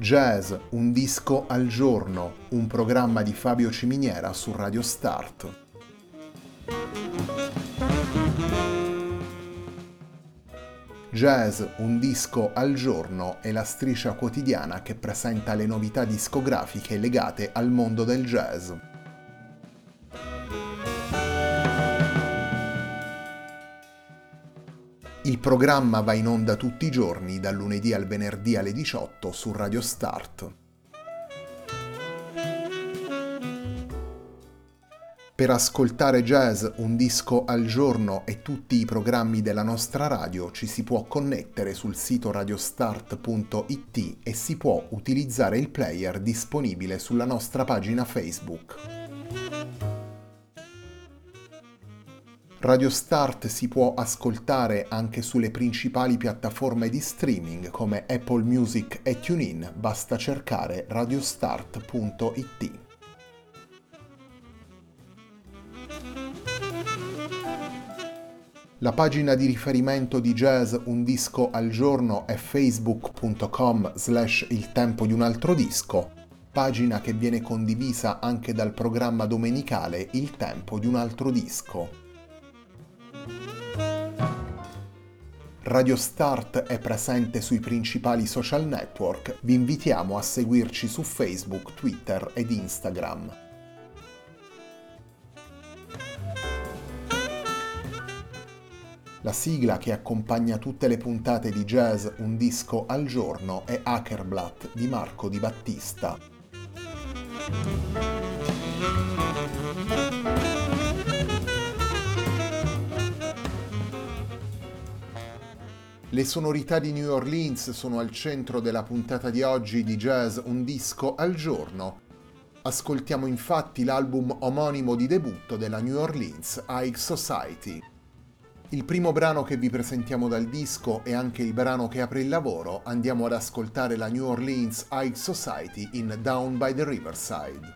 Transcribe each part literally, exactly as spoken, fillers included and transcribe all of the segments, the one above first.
Jazz, un disco al giorno, un programma di Fabio Ciminiera su Radio Start. Jazz, un disco al giorno è la striscia quotidiana che presenta le novità discografiche legate al mondo del jazz. Il programma va in onda tutti i giorni, dal lunedì al venerdì alle diciotto su Radio Start. Per ascoltare Jazz, un disco al giorno e tutti i programmi della nostra radio ci si può connettere sul sito radiostart punto it e si può utilizzare il player disponibile sulla nostra pagina Facebook. Radio Start si può ascoltare anche sulle principali piattaforme di streaming come Apple Music e TuneIn, basta cercare radiostart punto it. La pagina di riferimento di Jazz, un disco al giorno è facebook punto com slash il tempo di un altro disco, pagina che viene condivisa anche dal programma domenicale Il tempo di un altro disco. Radio Start è presente sui principali social network, vi invitiamo a seguirci su Facebook, Twitter ed Instagram. La sigla che accompagna tutte le puntate di Jazz, un disco al giorno è Hackerblatt di Marco Di Battista. Le sonorità di New Orleans sono al centro della puntata di oggi di Jazz, un disco al giorno. Ascoltiamo infatti l'album omonimo di debutto della New Orleans High Society. Il primo brano che vi presentiamo dal disco è anche il brano che apre il lavoro. Andiamo ad ascoltare la New Orleans High Society in Down by the Riverside.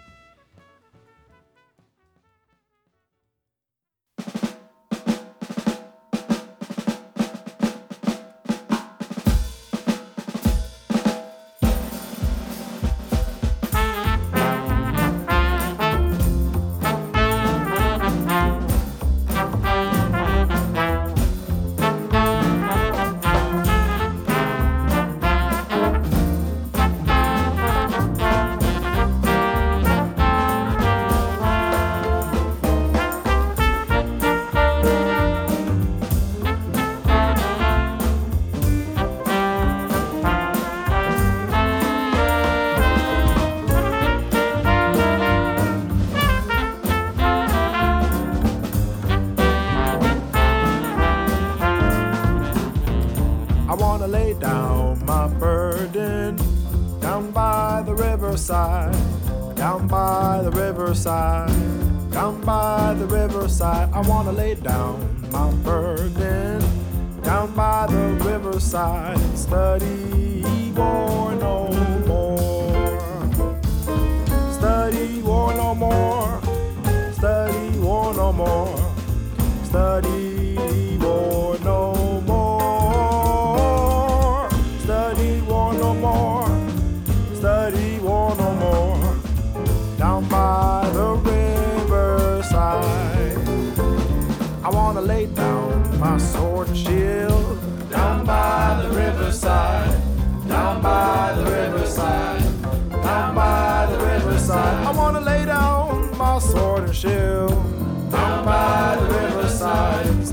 Down by the riverside, down by the riverside, I wanna lay down my burden. Down by the riverside, study war no more. Study war no more. Study war no more. Study war no more. Study war no more. Study war no more. Down by the riverside, I wanna lay down my sword and shield. Down by the riverside, down by the riverside, down by the riverside, I wanna lay down my sword and shield. Down by the riverside,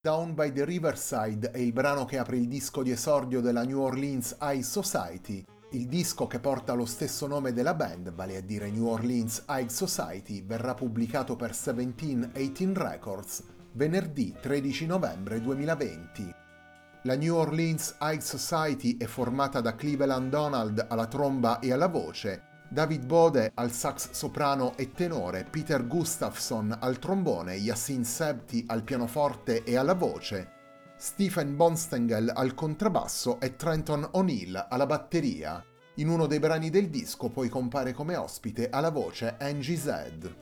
Down by the Riverside è il brano che apre il disco di esordio della New Orleans High Society, il disco che porta lo stesso nome della band, vale a dire New Orleans High Society, verrà pubblicato per seventeen eighteen Records venerdì tredici novembre duemilaventi. La New Orleans High Society è formata da Cleveland Donald alla tromba e alla voce, David Bode al sax soprano e tenore, Peter Gustafson al trombone, Yasin Sebti al pianoforte e alla voce, Stephen Bonstengel al contrabbasso e Trenton O'Neill alla batteria. In uno dei brani del disco poi compare come ospite alla voce Angie Zed.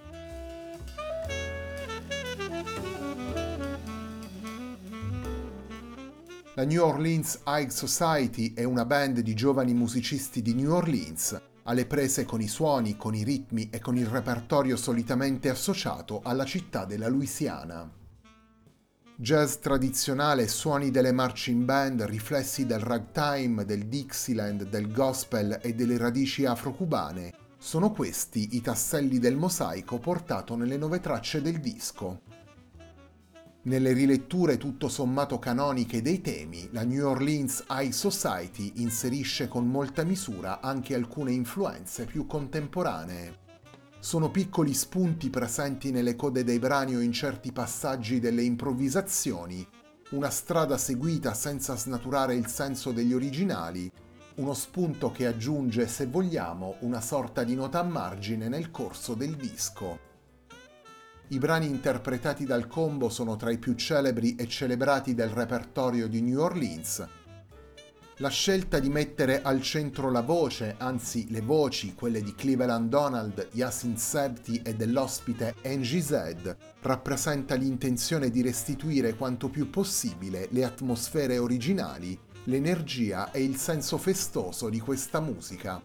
La New Orleans High Society è una band di giovani musicisti di New Orleans, alle prese con i suoni, con i ritmi e con il repertorio solitamente associato alla città della Louisiana. Jazz tradizionale, suoni delle marching band, riflessi del ragtime, del Dixieland, del gospel e delle radici afro-cubane, sono questi i tasselli del mosaico portato nelle nove tracce del disco. Nelle riletture tutto sommato canoniche dei temi, la New Orleans High Society inserisce con molta misura anche alcune influenze più contemporanee. Sono piccoli spunti presenti nelle code dei brani o in certi passaggi delle improvvisazioni, una strada seguita senza snaturare il senso degli originali, uno spunto che aggiunge, se vogliamo, una sorta di nota a margine nel corso del disco. I brani interpretati dal combo sono tra i più celebri e celebrati del repertorio di New Orleans. La scelta di mettere al centro la voce, anzi le voci, quelle di Cleveland Donald, Yasin Sebti e dell'ospite Angie Zed, rappresenta l'intenzione di restituire quanto più possibile le atmosfere originali, l'energia e il senso festoso di questa musica.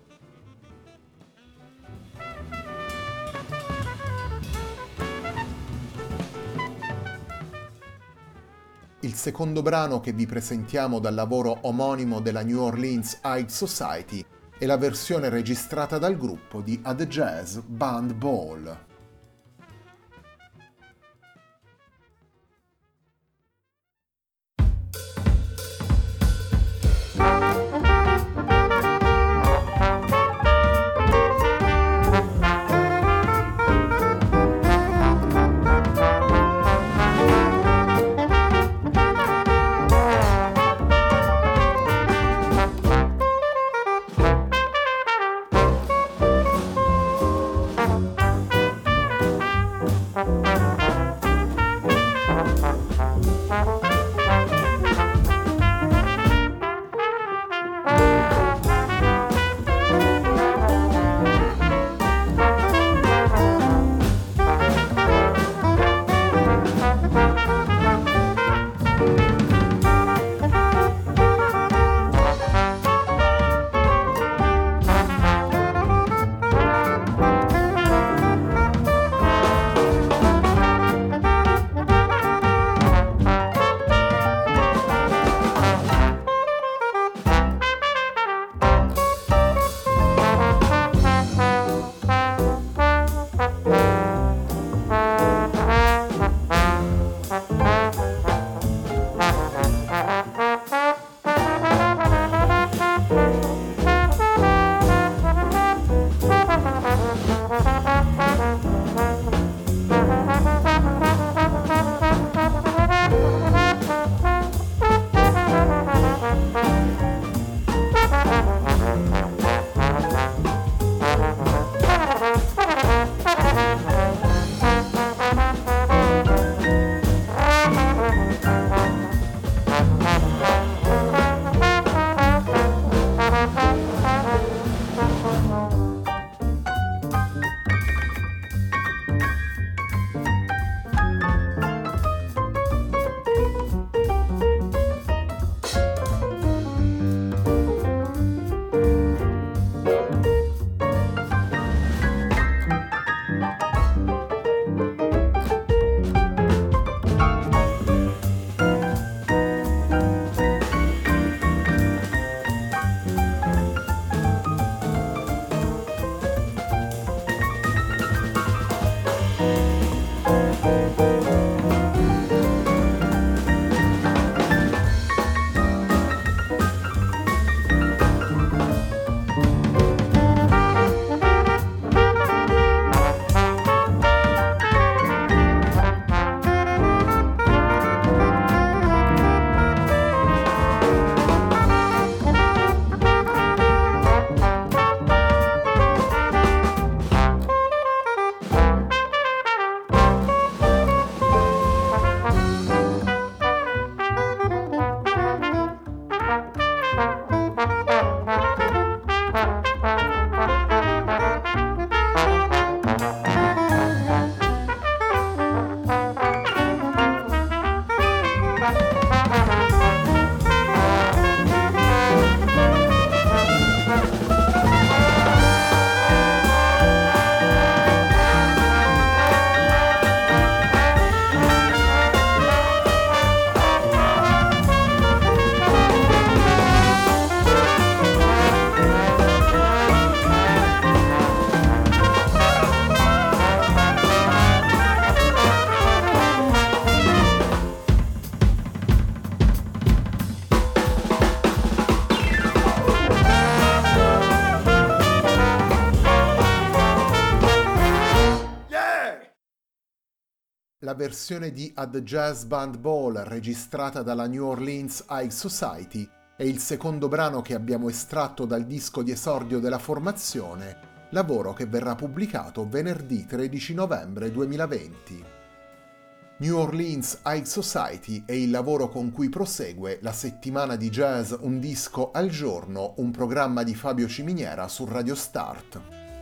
Il secondo brano che vi presentiamo dal lavoro omonimo della New Orleans High Society è la versione registrata dal gruppo di At the Jazz Band Ball. la versione di At the Jazz Band Ball registrata dalla New Orleans High Society è il secondo brano che abbiamo estratto dal disco di esordio della formazione, lavoro che verrà pubblicato venerdì tredici novembre duemilaventi. New Orleans High Society è il lavoro con cui prosegue la settimana di jazz Un disco al giorno, un programma di Fabio Ciminiera su Radio Start.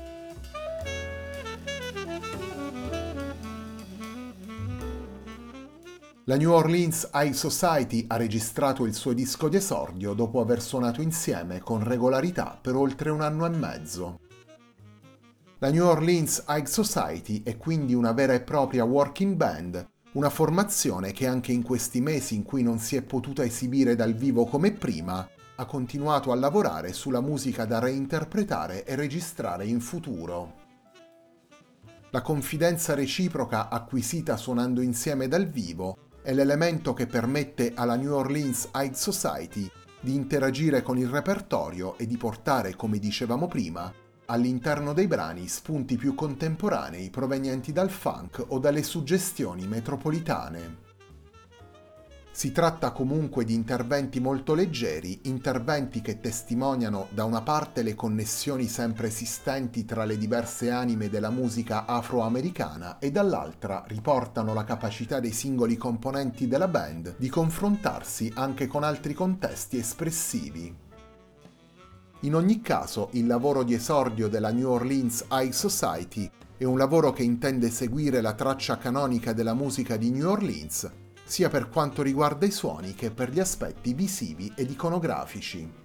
La New Orleans High Society ha registrato il suo disco di esordio dopo aver suonato insieme con regolarità per oltre un anno e mezzo. La New Orleans High Society è quindi una vera e propria working band, una formazione che anche in questi mesi in cui non si è potuta esibire dal vivo come prima, ha continuato a lavorare sulla musica da reinterpretare e registrare in futuro. La confidenza reciproca acquisita suonando insieme dal vivo è l'elemento che permette alla New Orleans High Society di interagire con il repertorio e di portare, come dicevamo prima, all'interno dei brani spunti più contemporanei provenienti dal funk o dalle suggestioni metropolitane. Si tratta comunque di interventi molto leggeri, interventi che testimoniano da una parte le connessioni sempre esistenti tra le diverse anime della musica afroamericana e dall'altra riportano la capacità dei singoli componenti della band di confrontarsi anche con altri contesti espressivi. In ogni caso, il lavoro di esordio della New Orleans High Society è un lavoro che intende seguire la traccia canonica della musica di New Orleans, sia per quanto riguarda i suoni che per gli aspetti visivi ed iconografici.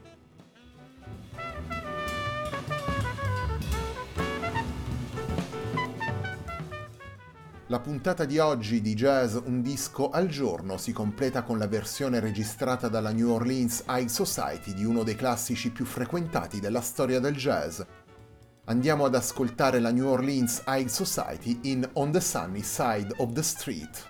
La puntata di oggi di Jazz Un disco al giorno si completa con la versione registrata dalla New Orleans High Society di uno dei classici più frequentati della storia del jazz. Andiamo ad ascoltare la New Orleans High Society in On the Sunny Side of the Street.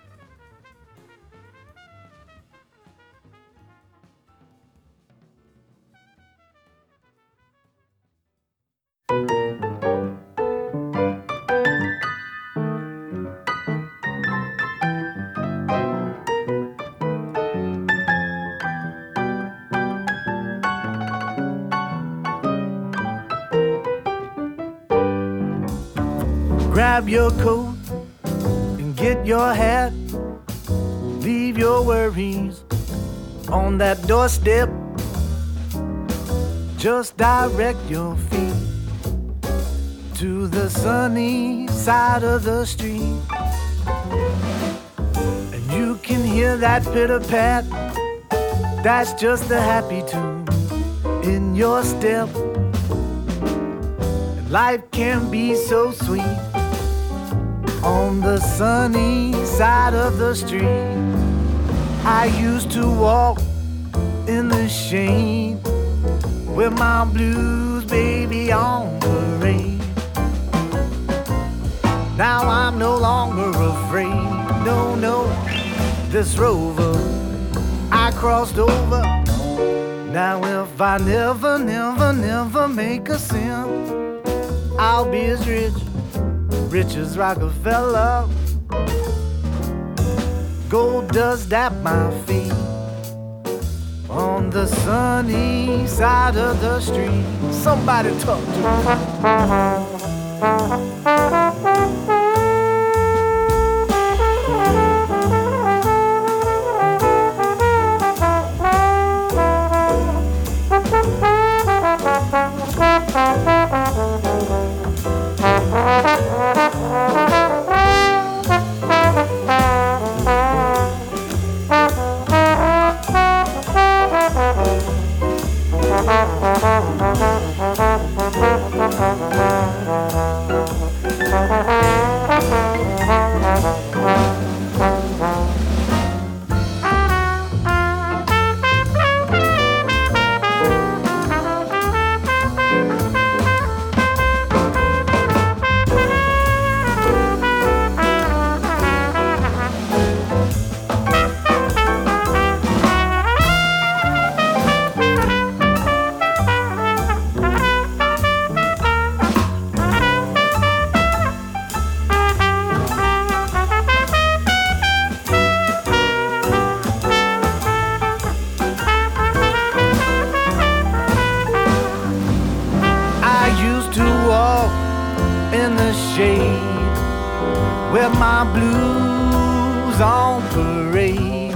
Grab your coat and get your hat. Leave your worries on that doorstep. Just direct your feet to the sunny side of the street. And you can hear that pitter-pat. That's just the happy tune in your step. And life can be so sweet on the sunny side of the street. I used to walk in the shade with my blues baby on parade. Now I'm no longer afraid, no, no. This rover I crossed over. Now if I never, never, never make a cent, I'll be as rich rich as Rockefeller. Gold dust at my feet on the sunny side of the street. Somebody talk to my blues on parade.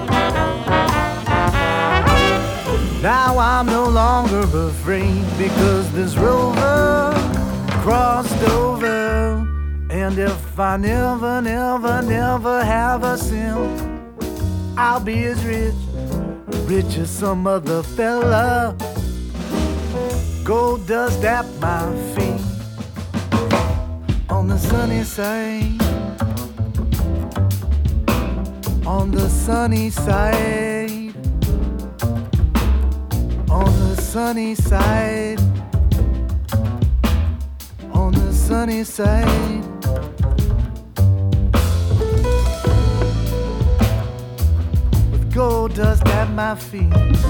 Now I'm no longer afraid because this rover crossed over. And if I never, never, never have a cent, I'll be as rich, rich as some other fella. Gold dust at my feet on the sunny side, on the sunny side, on the sunny side, on the sunny side. With gold dust at my feet,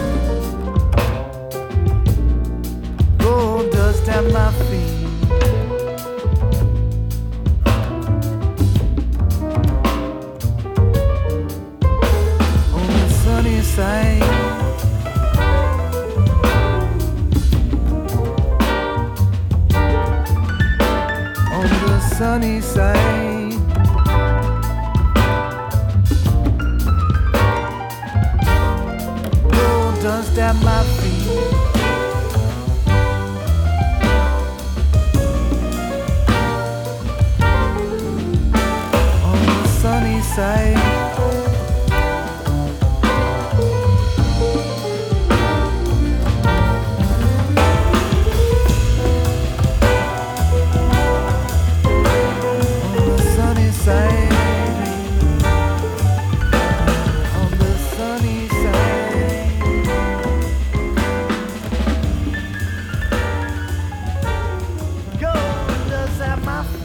gold dust at my feet. On the sunny side, on the sunny side, gold dust at my feet. Side. On the sunny side, on the sunny side, gold dust at my feet.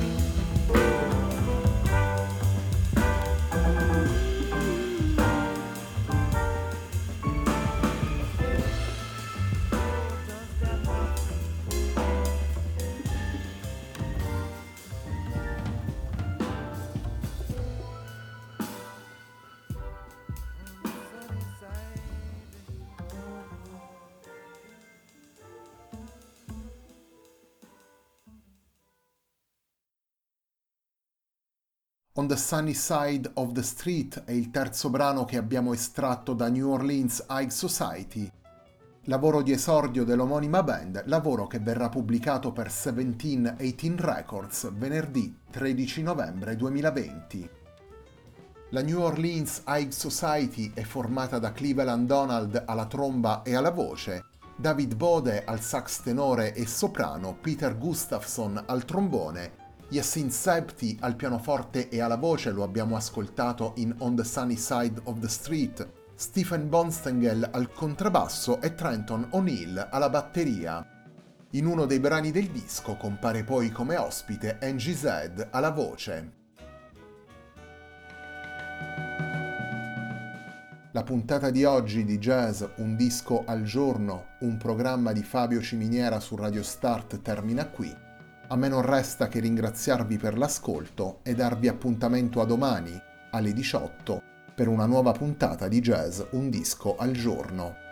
On the Sunny Side of the Street è il terzo brano che abbiamo estratto da New Orleans High Society, lavoro di esordio dell'omonima band, lavoro che verrà pubblicato per Seventeen Eighteen Records venerdì tredici novembre duemilaventi. La New Orleans High Society è formata da Cleveland Donald alla tromba e alla voce, David Bode al sax tenore e soprano, Peter Gustafson al trombone, Yassine Sebti al pianoforte e alla voce, lo abbiamo ascoltato in On the Sunny Side of the Street, Stephen Bonstengel al contrabbasso e Trenton O'Neill alla batteria. In uno dei brani del disco compare poi come ospite Angie Zed alla voce. La puntata di oggi di Jazz Un disco al giorno, un programma di Fabio Ciminiera su Radio Start termina qui. A me non resta che ringraziarvi per l'ascolto e darvi appuntamento a domani alle diciotto per una nuova puntata di Jazz Un disco al giorno.